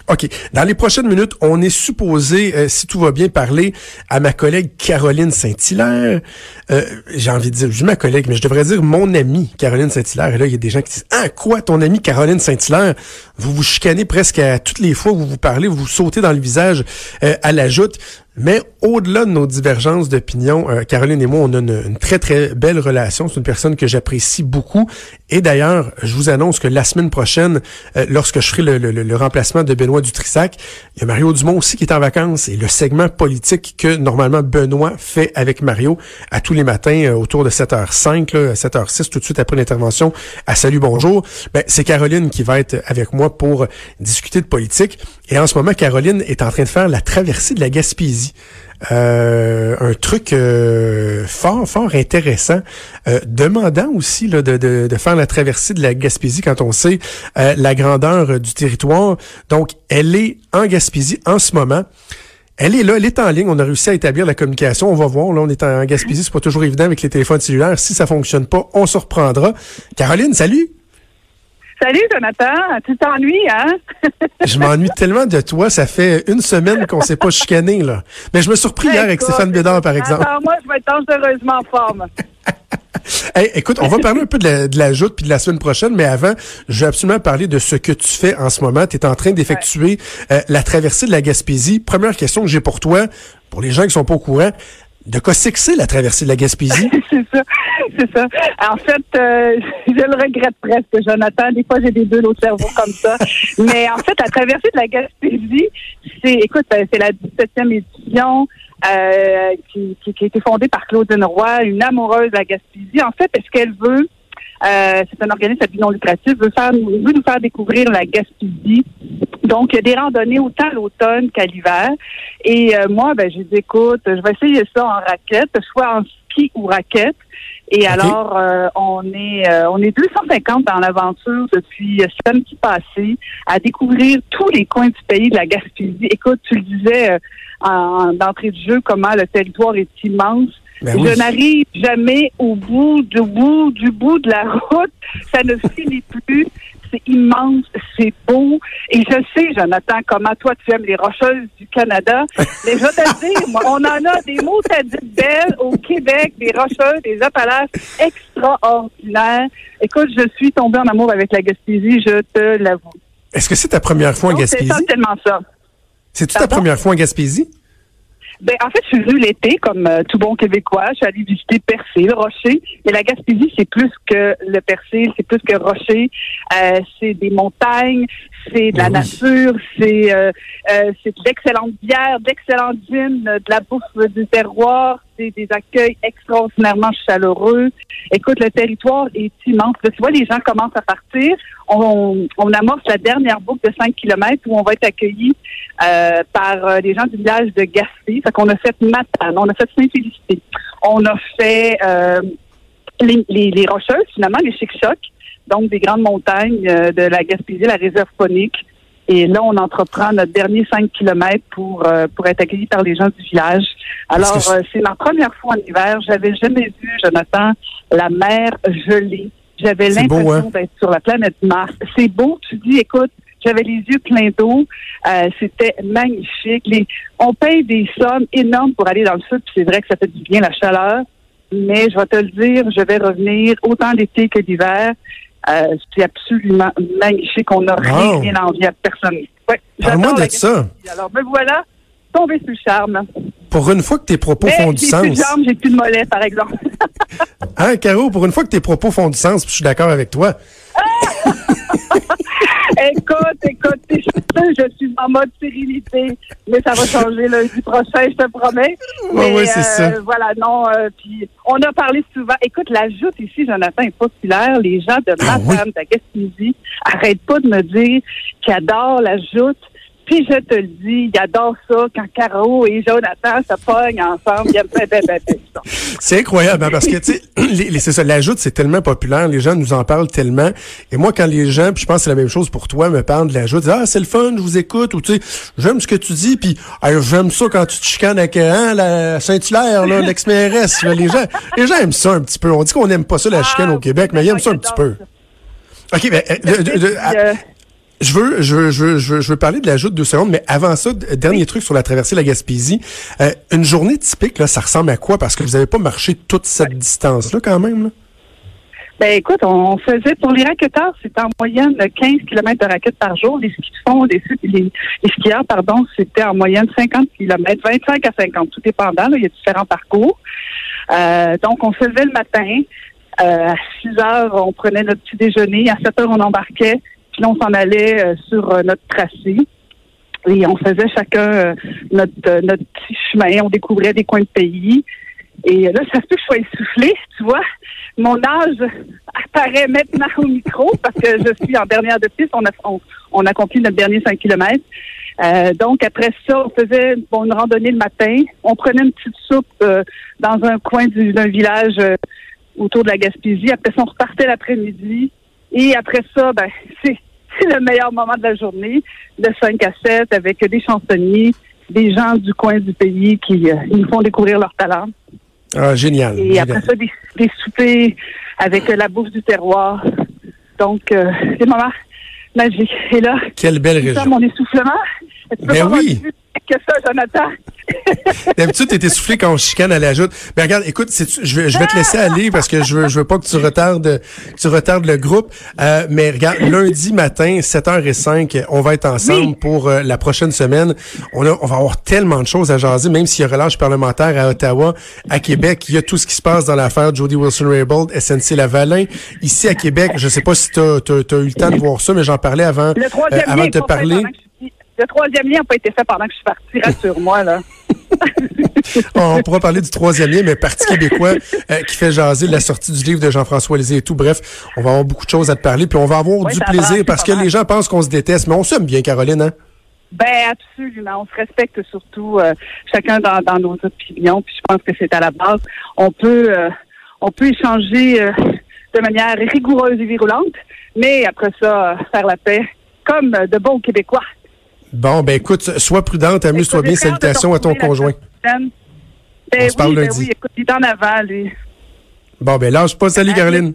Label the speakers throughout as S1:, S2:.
S1: OK. Dans les prochaines minutes, on est supposé, si tout va bien, parler à ma collègue Caroline Saint-Hilaire. J'ai envie de dire, je dis ma collègue, mais je devrais dire mon amie Caroline Saint-Hilaire. Et là, il y a des gens qui disent, ah, quoi, ton amie Caroline Saint-Hilaire? Vous vous chicanez presque à toutes les fois où vous parlez, vous vous sautez dans le visage à la joute. Mais au-delà de nos divergences d'opinion, Caroline et moi, on a une très, très belle relation. C'est une personne que j'apprécie beaucoup. Et d'ailleurs, je vous annonce que la semaine prochaine, lorsque je ferai le remplacement de Benoît Dutrissac, il y a Mario Dumont aussi qui est en vacances. Et le segment politique que normalement Benoît fait avec Mario à tous les matins autour de 7h05, là, 7h06, tout de suite après l'intervention à Salut Bonjour, ben, c'est Caroline qui va être avec moi pour discuter de politique. Et en ce moment, Caroline est en train de faire la traversée de la Gaspésie. Un truc fort intéressant, demandant aussi là, de faire la traversée de la Gaspésie quand on sait la grandeur du territoire. Donc, elle est en Gaspésie en ce moment. Elle est là, elle est en ligne. On a réussi à établir la communication. On va voir. Là, on est en Gaspésie. C'est pas toujours évident avec les téléphones cellulaires. Si ça fonctionne pas, on se reprendra. Caroline, salut!
S2: Salut, Jonathan. Tu t'ennuies, hein?
S1: Je m'ennuie tellement de toi. Ça fait une semaine qu'on s'est pas chicané, là. Mais je me suis surpris hier avec Stéphane Bédard, par exemple.
S2: Alors, moi, je vais être dangereusement en forme.
S1: Hey, écoute, on va parler un peu de la joute puis de la semaine prochaine, mais avant, je veux absolument parler de ce que tu fais en ce moment. Tu es en train d'effectuer la traversée de la Gaspésie. Première question que j'ai pour toi, pour les gens qui sont pas au courant, de quoi c'est que c'est la traversée de la Gaspésie?
S2: c'est ça. En fait, je le regrette presque, Jonathan. Des fois, j'ai des bulles au cerveau comme ça. Mais en fait, la traversée de la Gaspésie, c'est la 17e édition qui a été fondée par Claudine Roy, une amoureuse de la Gaspésie. En fait, ce qu'elle veut, c'est un organisme à but non lucratif, veut nous faire découvrir la Gaspésie. Donc, il y a des randonnées autant à l'automne qu'à l'hiver. Et moi, j'ai dit, écoute, je vais essayer ça en raquette, soit en ski ou raquette. Et alors, on est 250 dans l'aventure depuis samedi passé à découvrir tous les coins du pays de la Gaspésie. Écoute, tu le disais d'entrée de jeu, comment le territoire est immense. Je n'arrive jamais au bout du bout de la route. Ça ne finit plus. C'est immense, c'est beau. Et je sais, Jonathan, comment toi tu aimes les Rocheuses du Canada. Mais je vais te le dire, moi, on en a des mots à dire belles au Québec, des Rocheuses, des Appalaches extraordinaires. Écoute, je suis tombée en amour avec la Gaspésie, je te l'avoue.
S1: Est-ce que c'est ta première fois en Gaspésie?
S2: C'est tellement ça.
S1: C'est-tu ta première fois en Gaspésie?
S2: En fait, je suis venue l'été, comme tout bon Québécois. Je suis allée visiter Percé, le Rocher. Mais la Gaspésie, c'est plus que le Percé, c'est plus que Rocher. C'est des montagnes, c'est de la nature, c'est de l'excellente bière, d'excellentes vins, de la bouffe du terroir. C'est des accueils extraordinairement chaleureux. Écoute, le territoire est immense. Là, tu vois, les gens commencent à partir. On amorce la dernière boucle de 5 km où on va être accueillis par les gens du village de Gaspé. Fait qu'on a fait Matane, on a fait Saint-Félicité. On a fait les Rocheuses, finalement, les Chic-Chocs, donc des grandes montagnes de la Gaspésie, la réserve faunique. Et là, on entreprend notre dernier 5 km pour être accueillis par les gens du village. Alors, c'est ma première fois en hiver. J'avais jamais vu, Jonathan, la mer gelée. J'avais l'impression d'être sur la planète Mars. C'est beau, tu dis, écoute, j'avais les yeux pleins d'eau. C'était magnifique. On paye des sommes énormes pour aller dans le sud, puis c'est vrai que ça fait du bien la chaleur. Mais je vais te le dire, je vais revenir autant l'été que l'hiver. C'est absolument magnifique. On n'a rien envie à personne. Ouais,
S1: parle-moi de ça.
S2: Alors, me voilà, tombé sous le charme.
S1: Pour une fois que tes propos font du sens.
S2: J'ai plus de jambes, j'ai plus de mollets, par exemple.
S1: Hein, Caro, pour une fois que tes propos font du sens, puis je suis d'accord avec toi.
S2: Écoute, je suis en mode sérénité, mais ça va changer lundi prochain, je te promets.
S1: Oui, c'est ça.
S2: Voilà, non, puis on a parlé souvent. Écoute, la joute ici, Jonathan, est populaire. Les gens de Matane, de la Gaspésie, arrêtent pas de me dire qu'ils adorent la joute. Puis je te le dis, ils adorent ça quand Caro et Jonathan se pognent ensemble.
S1: C'est incroyable, hein, parce que, tu sais, c'est ça, la joute, c'est tellement populaire, les gens nous en parlent tellement. Et moi, quand les gens, puis je pense que c'est la même chose pour toi, me parlent de la joute, disent, c'est le fun, je vous écoute, ou tu sais, j'aime ce que tu dis, puis j'aime ça quand tu te chicanes avec la Saint-Hilaire, là, l'ex-mairesse. Les gens aiment ça un petit peu. On dit qu'on n'aime pas ça, la chicane au Québec, mais ils aiment ça un petit peu. OK, Je veux parler de la joute 2 secondes, mais avant ça, dernier truc sur la traversée de la Gaspésie. Une journée typique, là, ça ressemble à quoi? Parce que vous n'avez pas marché toute cette distance-là, quand même, là.
S2: Ben écoute, on faisait pour les racketteurs, c'était en moyenne 15 km de raquettes par jour. Les skis de fond, les skieurs, c'était en moyenne 50 km, 25 à 50, tout dépendant. Là, il y a différents parcours. Donc, on se levait le matin. À 6 heures, on prenait notre petit déjeuner. À 7 heures, on embarquait. Puis là, on s'en allait sur notre tracé. Et on faisait chacun notre petit chemin. On découvrait des coins de pays. Et là, ça se peut que je sois essoufflée, tu vois. Mon âge apparaît maintenant au micro parce que je suis en dernière de piste. On accomplit notre dernier 5 km. Donc, après ça, on faisait une randonnée le matin. On prenait une petite soupe dans un coin d'un village autour de la Gaspésie. Après ça, on repartait l'après-midi. Et après ça, c'est le meilleur moment de la journée, de 5 à 7, avec des chansonniers, des gens du coin du pays qui nous font découvrir leur talent.
S1: Ah, génial.
S2: Et après ça, des soupers avec la bouffe du terroir. Donc, des moments magiques. Et là,
S1: quelle belle région.
S2: Mon essoufflement.
S1: Mais oui.
S2: Que ça, Jonathan.
S1: D'habitude, t'es essoufflé quand on chicane à la joute. Mais regarde, écoute, je vais te laisser aller parce que je veux pas que tu retardes le groupe. Mais regarde, lundi matin, 7h05, on va être ensemble pour la prochaine semaine. On va avoir tellement de choses à jaser, même s'il y a relâche parlementaire à Ottawa, à Québec. Il y a tout ce qui se passe dans l'affaire Jody Wilson-Raybould, SNC-Lavalin. Ici à Québec, je sais pas si t'as eu le temps de voir ça, mais j'en parlais avant de te parler.
S2: Le troisième lien n'a pas été fait pendant que je suis partie, rassure-moi, là.
S1: On pourra parler du troisième lien, mais Parti québécois qui fait jaser la sortie du livre de Jean-François Lisée et tout. Bref, on va avoir beaucoup de choses à te parler, puis on va avoir du plaisir parce que les gens pensent qu'on se déteste, mais on s'aime bien, Caroline, hein?
S2: Ben absolument. On se respecte surtout chacun dans nos opinions, puis je pense que c'est à la base. On peut échanger de manière rigoureuse et virulente, mais après ça, faire la paix comme de bons Québécois.
S1: Bon, ben écoute, sois prudente, amuse-toi bien. Salutations à ton conjoint. On se parle lundi.
S2: Oui, écoute, il est en avant, lui.
S1: Bon, ben lâche pas. Salut, Caroline.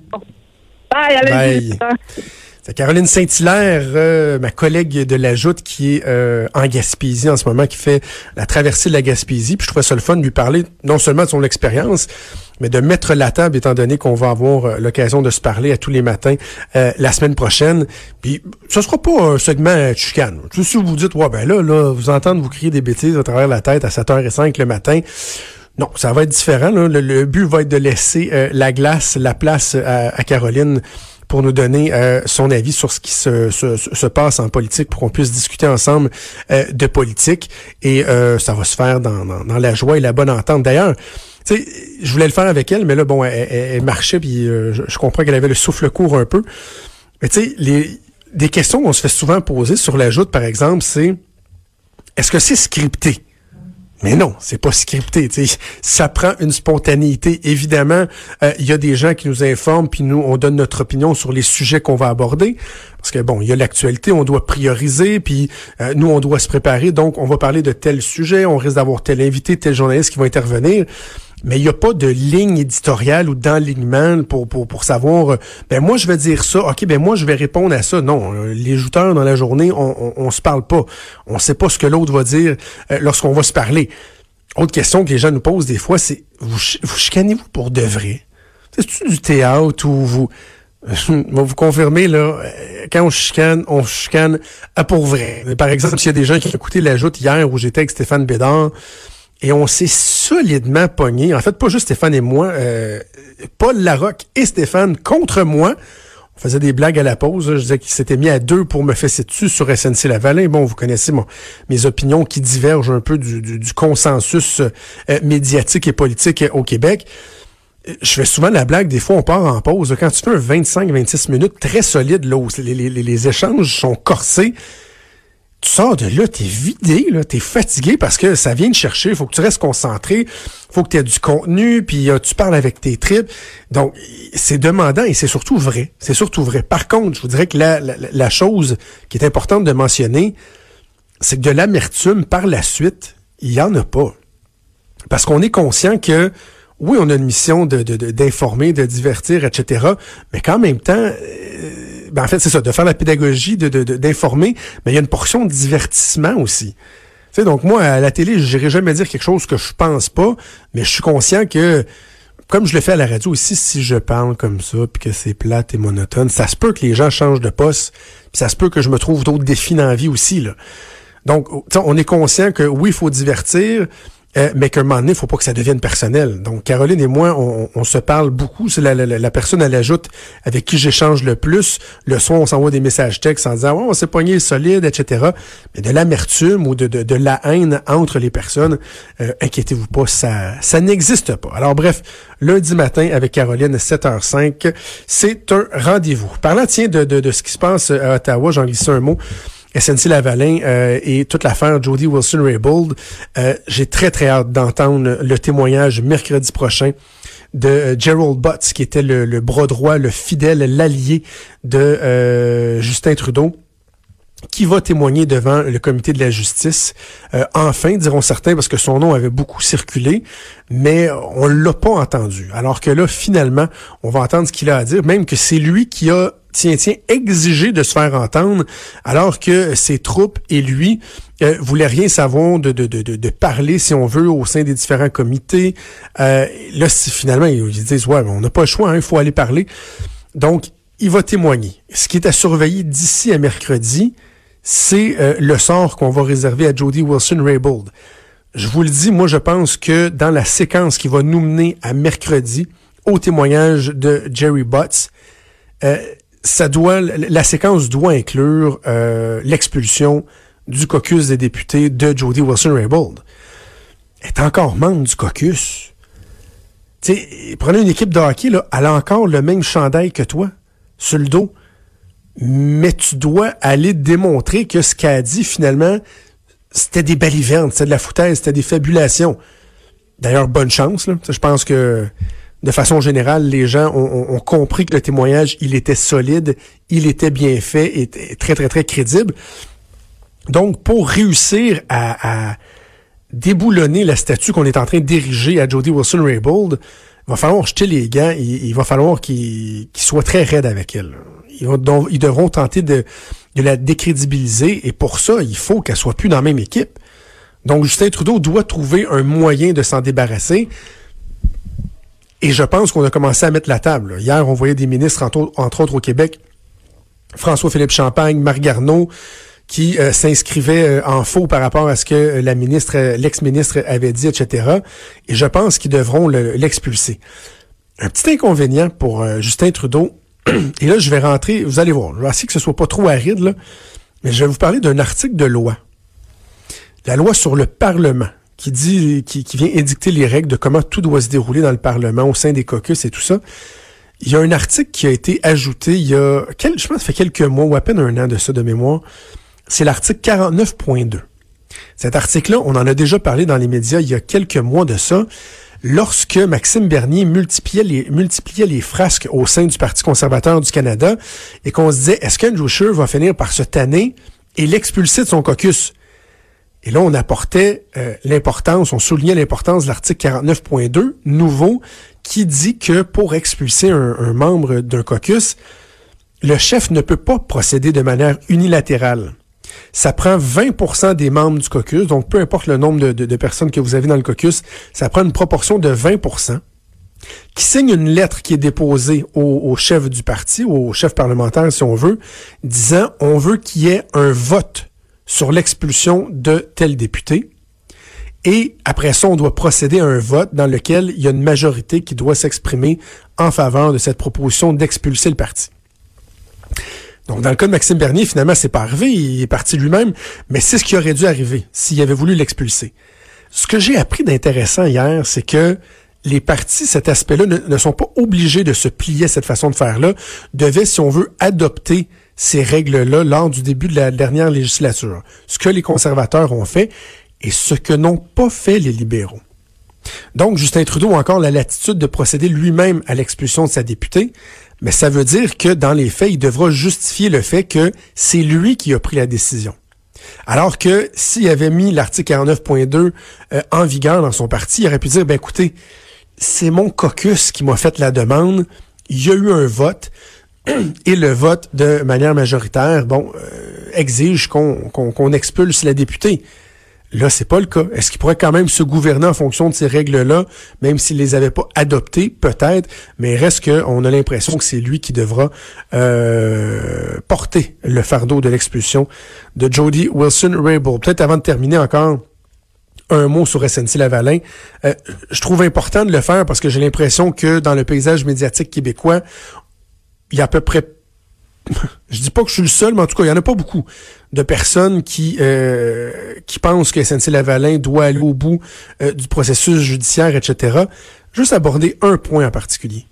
S2: Bye, allez.
S1: C'est Caroline Saint-Hilaire, ma collègue de la Joute qui est en Gaspésie en ce moment, qui fait la traversée de la Gaspésie. Puis je trouvais ça le fun de lui parler non seulement de son expérience, mais de mettre la table, étant donné qu'on va avoir l'occasion de se parler à tous les matins la semaine prochaine. Puis ce sera pas un segment chicane. Si vous vous dites, ouais, ben là, vous entendez vous crier des bêtises à travers la tête à 7h05 le matin. Non, ça va être différent. Là. Le but va être de laisser la place à Caroline pour nous donner son avis sur ce qui se passe en politique, pour qu'on puisse discuter ensemble de politique. Et ça va se faire dans la joie et la bonne entente. D'ailleurs, tu sais, je voulais le faire avec elle, mais là, bon, elle marchait, puis je comprends qu'elle avait le souffle court un peu. Mais tu sais, des questions qu'on se fait souvent poser sur la joute, par exemple, c'est est-ce que c'est scripté? Mais non, c'est pas scripté. T'sais. Ça prend une spontanéité. Évidemment, il y a des gens qui nous informent, puis nous, on donne notre opinion sur les sujets qu'on va aborder. Parce que bon, il y a l'actualité, on doit prioriser, puis nous, on doit se préparer. Donc, on va parler de tel sujet, on risque d'avoir tel invité, tel journaliste qui va intervenir. Mais il n'y a pas de ligne éditoriale ou d'enlignement pour savoir, ben moi je vais dire ça, ok, ben moi je vais répondre à ça. Non, les jouteurs dans la journée, on se parle pas. On sait pas ce que l'autre va dire lorsqu'on va se parler. Autre question que les gens nous posent des fois, c'est vous chicanez-vous pour de vrai? C'est-tu du théâtre ou vous... Je vais vous confirmer, là, quand on chicane à pour vrai. Par exemple, s'il y a des gens qui ont écouté la joute hier où j'étais avec Stéphane Bédard, et on s'est solidement pogné. En fait, pas juste Stéphane et moi, Paul Larocque et Stéphane contre moi. On faisait des blagues à la pause. Je disais qu'il s'était mis à deux pour me fesser dessus sur SNC-Lavalin. Bon, vous connaissez mes opinions qui divergent un peu du consensus médiatique et politique au Québec. Je fais souvent la blague, des fois on part en pause. Quand tu fais un 25-26 minutes très solide, là, où les échanges sont corsés, tu sors de là, t'es vidé, là, t'es fatigué parce que ça vient te chercher, il faut que tu restes concentré, faut que tu aies du contenu, puis tu parles avec tes tripes. Donc, c'est demandant et c'est surtout vrai. C'est surtout vrai. Par contre, je vous dirais que la chose qui est importante de mentionner, c'est que de l'amertume par la suite, il y en a pas. Parce qu'on est conscient que oui, on a une mission d'informer, de divertir, etc. Mais qu'en même temps, en fait, c'est ça, de faire la pédagogie, d'informer, mais il y a une portion de divertissement aussi. Tu sais, donc moi, à la télé, j'irai jamais dire quelque chose que je pense pas, mais je suis conscient que, comme je le fais à la radio aussi, si je parle comme ça, puis que c'est plate et monotone, ça se peut que les gens changent de poste, puis ça se peut que je me trouve d'autres défis dans la vie aussi, là. Donc, on est conscient que oui, il faut divertir, mais qu'à un moment donné, il faut pas que ça devienne personnel. Donc, Caroline et moi, on se parle beaucoup. C'est la personne, elle ajoute, avec qui j'échange le plus. Le soir, on s'envoie des messages textes en disant, on s'est pogné solide, etc. Mais de l'amertume ou de la haine entre les personnes, inquiétez-vous pas, ça n'existe pas. Alors bref, lundi matin avec Caroline, 7h05, c'est un rendez-vous. Parlant, tiens, de ce qui se passe à Ottawa, j'en glisse un mot. SNC-Lavalin et toute l'affaire Jody Wilson-Raybould. J'ai très, très hâte d'entendre le témoignage mercredi prochain de Gerald Butts, qui était le bras droit, le fidèle, l'allié de Justin Trudeau, qui va témoigner devant le comité de la justice. Enfin, diront certains, parce que son nom avait beaucoup circulé, mais on l'a pas entendu. Alors que là, finalement, on va entendre ce qu'il a à dire, même que c'est lui qui a exigé de se faire entendre, alors que ses troupes et lui voulaient rien savoir de parler, si on veut, au sein des différents comités. Là, finalement, ils disent, ouais, on n'a pas le choix, il faut aller parler. Donc, il va témoigner. Ce qui est à surveiller d'ici à mercredi, c'est le sort qu'on va réserver à Jody Wilson-Raybould. Je vous le dis, moi, je pense que dans la séquence qui va nous mener à mercredi, au témoignage de Gerry Butts, la séquence doit inclure l'expulsion du caucus des députés de Jody Wilson-Raybould. Elle est encore membre du caucus. Tu sais, prenez une équipe de hockey, là, elle a encore le même chandail que toi, sur le dos. Mais tu dois aller démontrer que ce qu'elle a dit, finalement, c'était des balivernes, c'était de la foutaise, c'était des fabulations. D'ailleurs, bonne chance, là. Je pense que de façon générale, les gens ont compris que le témoignage, il était solide, il était bien fait et très, très, très crédible. Donc, pour réussir à déboulonner la statue qu'on est en train d'ériger à Jody Wilson-Raybould, il va falloir jeter les gants, il va falloir qu'il soit très raide avec elle. Ils devront tenter de la décrédibiliser et pour ça, il faut qu'elle soit plus dans la même équipe. Donc, Justin Trudeau doit trouver un moyen de s'en débarrasser. Et je pense qu'on a commencé à mettre la table. Hier, on voyait des ministres, entre autres au Québec, François-Philippe Champagne, Marc Garneau, qui s'inscrivaient en faux par rapport à ce que l'ex-ministre avait dit, etc. Et je pense qu'ils devront l'expulser. Un petit inconvénient pour Justin Trudeau, et là, je vais rentrer, vous allez voir, je vais essayer que ce soit pas trop aride, là, mais je vais vous parler d'un article de loi. La loi sur le Parlement, qui vient édicter les règles de comment tout doit se dérouler dans le Parlement, au sein des caucus et tout ça. Il y a un article qui a été ajouté je pense que ça fait quelques mois ou à peine un an de ça de mémoire. C'est l'article 49.2. Cet article-là, on en a déjà parlé dans les médias il y a quelques mois de ça, lorsque Maxime Bernier multipliait les frasques au sein du Parti conservateur du Canada et qu'on se disait, est-ce qu'Andrew Scheer va finir par se tanner et l'expulser de son caucus? Et là, on apportait on soulignait l'importance de l'article 49.2, nouveau, qui dit que pour expulser un membre d'un caucus, le chef ne peut pas procéder de manière unilatérale. Ça prend 20% des membres du caucus, donc peu importe le nombre de personnes que vous avez dans le caucus, ça prend une proportion de 20%, qui signe une lettre qui est déposée au chef du parti, au chef parlementaire, si on veut, disant « on veut qu'il y ait un vote sur l'expulsion de tel député. Et après ça, on doit procéder à un vote dans lequel il y a une majorité qui doit s'exprimer en faveur de cette proposition d'expulser le parti. » Donc, dans le cas de Maxime Bernier, finalement, c'est pas arrivé, il est parti lui-même, mais c'est ce qui aurait dû arriver s'il avait voulu l'expulser. Ce que j'ai appris d'intéressant hier, c'est que les partis, cet aspect-là, ne sont pas obligés de se plier à cette façon de faire-là, devaient, si on veut, adopter ces règles-là lors du début de la dernière législature. Ce que les conservateurs ont fait et ce que n'ont pas fait les libéraux. Donc, Justin Trudeau a encore la latitude de procéder lui-même à l'expulsion de sa députée, mais ça veut dire que, dans les faits, il devra justifier le fait que c'est lui qui a pris la décision. Alors que, s'il avait mis l'article 49.2 en vigueur dans son parti, il aurait pu dire, écoutez, c'est mon caucus qui m'a fait la demande, il y a eu un vote, et le vote de manière majoritaire, exige qu'on expulse la députée. Là, c'est pas le cas. Est-ce qu'il pourrait quand même se gouverner en fonction de ces règles-là, même s'il les avait pas adoptées, peut-être, mais reste qu'on a l'impression que c'est lui qui devra porter le fardeau de l'expulsion de Jody Wilson-Raybould. Peut-être avant de terminer encore, un mot sur SNC-Lavalin. Je trouve important de le faire parce que j'ai l'impression que dans le paysage médiatique québécois, il y a à peu près, je dis pas que je suis le seul, mais en tout cas, il y en a pas beaucoup de personnes qui pensent que SNC-Lavalin doit aller au bout du processus judiciaire, etc. Juste aborder un point en particulier.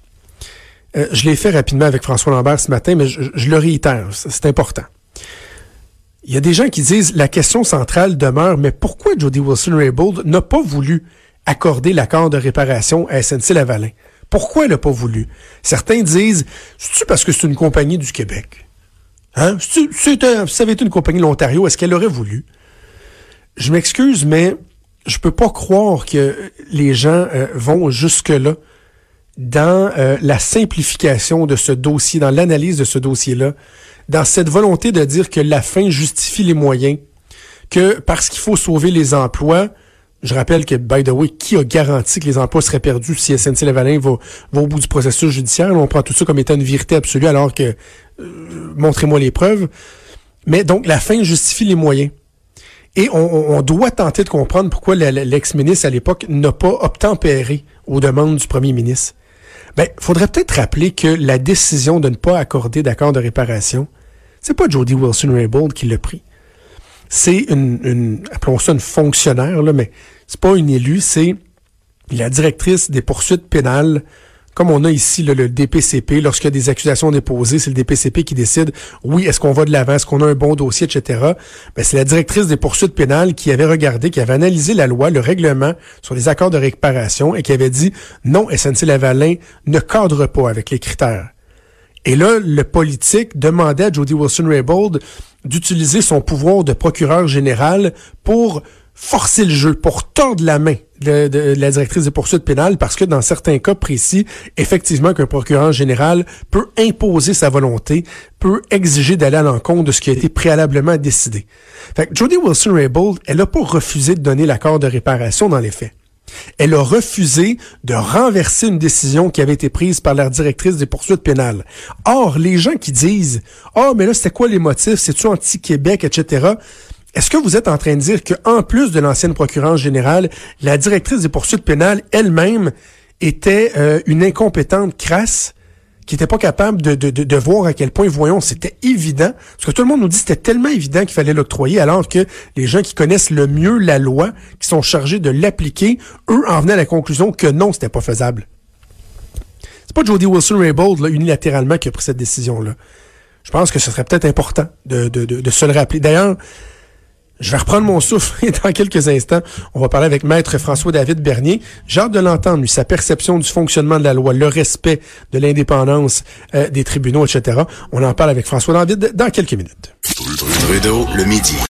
S1: Je l'ai fait rapidement avec François Lambert ce matin, mais je le réitère, c'est important. Il y a des gens qui disent la question centrale demeure, mais pourquoi Jody Wilson-Raybould n'a pas voulu accorder l'accord de réparation à SNC-Lavalin? Pourquoi elle n'a pas voulu? Certains disent, c'est-tu parce que c'est une compagnie du Québec? Hein? Si ça avait été une compagnie de l'Ontario, est-ce qu'elle aurait voulu? Je m'excuse, mais je peux pas croire que les gens vont jusque-là dans la simplification de ce dossier, dans l'analyse de ce dossier-là, dans cette volonté de dire que la fin justifie les moyens, que parce qu'il faut sauver les emplois, je rappelle que, by the way, qui a garanti que les emplois seraient perdus si SNC-Lavalin va au bout du processus judiciaire? Là, on prend tout ça comme étant une vérité absolue, alors que, montrez-moi les preuves. Mais donc, la fin justifie les moyens. Et on doit tenter de comprendre pourquoi l'ex-ministre à l'époque n'a pas obtempéré aux demandes du premier ministre. Faudrait peut-être rappeler que la décision de ne pas accorder d'accord de réparation, c'est pas Jody Wilson-Raybould qui l'a pris. C'est appelons ça une fonctionnaire, là, mais c'est pas une élue, c'est la directrice des poursuites pénales, comme on a ici le DPCP. Lorsqu'il y a des accusations déposées, c'est le DPCP qui décide, oui, est-ce qu'on va de l'avant, est-ce qu'on a un bon dossier, etc. C'est la directrice des poursuites pénales qui avait regardé, qui avait analysé la loi, le règlement sur les accords de réparation et qui avait dit, non, SNC-Lavalin ne cadre pas avec les critères. Et là, le politique demandait à Jody Wilson-Raybould d'utiliser son pouvoir de procureur général pour forcer le jeu, pour tordre la main de la directrice des poursuites pénales, parce que dans certains cas précis, effectivement, qu'un procureur général peut imposer sa volonté, peut exiger d'aller à l'encontre de ce qui a été préalablement décidé. Fait que Jody Wilson-Raybould, elle n'a pas refusé de donner l'accord de réparation dans les faits. Elle a refusé de renverser une décision qui avait été prise par la directrice des poursuites pénales. Or, les gens qui disent « Ah, mais là, c'était quoi les motifs? C'est-tu anti-Québec, etc. » Est-ce que vous êtes en train de dire qu'en plus de l'ancienne procureure générale, la directrice des poursuites pénales elle-même était une incompétente crasse qui n'était pas capable de voir à quel point, voyons, c'était évident, parce que tout le monde nous dit que c'était tellement évident qu'il fallait l'octroyer, alors que les gens qui connaissent le mieux la loi, qui sont chargés de l'appliquer, eux en venaient à la conclusion que non, c'était pas faisable. C'est pas Jody Wilson-Raybould, là, unilatéralement, qui a pris cette décision-là. Je pense que ce serait peut-être important de se le rappeler. D'ailleurs, je vais reprendre mon souffle et dans quelques instants, on va parler avec Maître François-David Bernier. J'ai hâte de l'entendre, lui, sa perception du fonctionnement de la loi, le respect de l'indépendance des tribunaux, etc. On en parle avec François-David dans quelques minutes.
S3: Trudeau, le midi.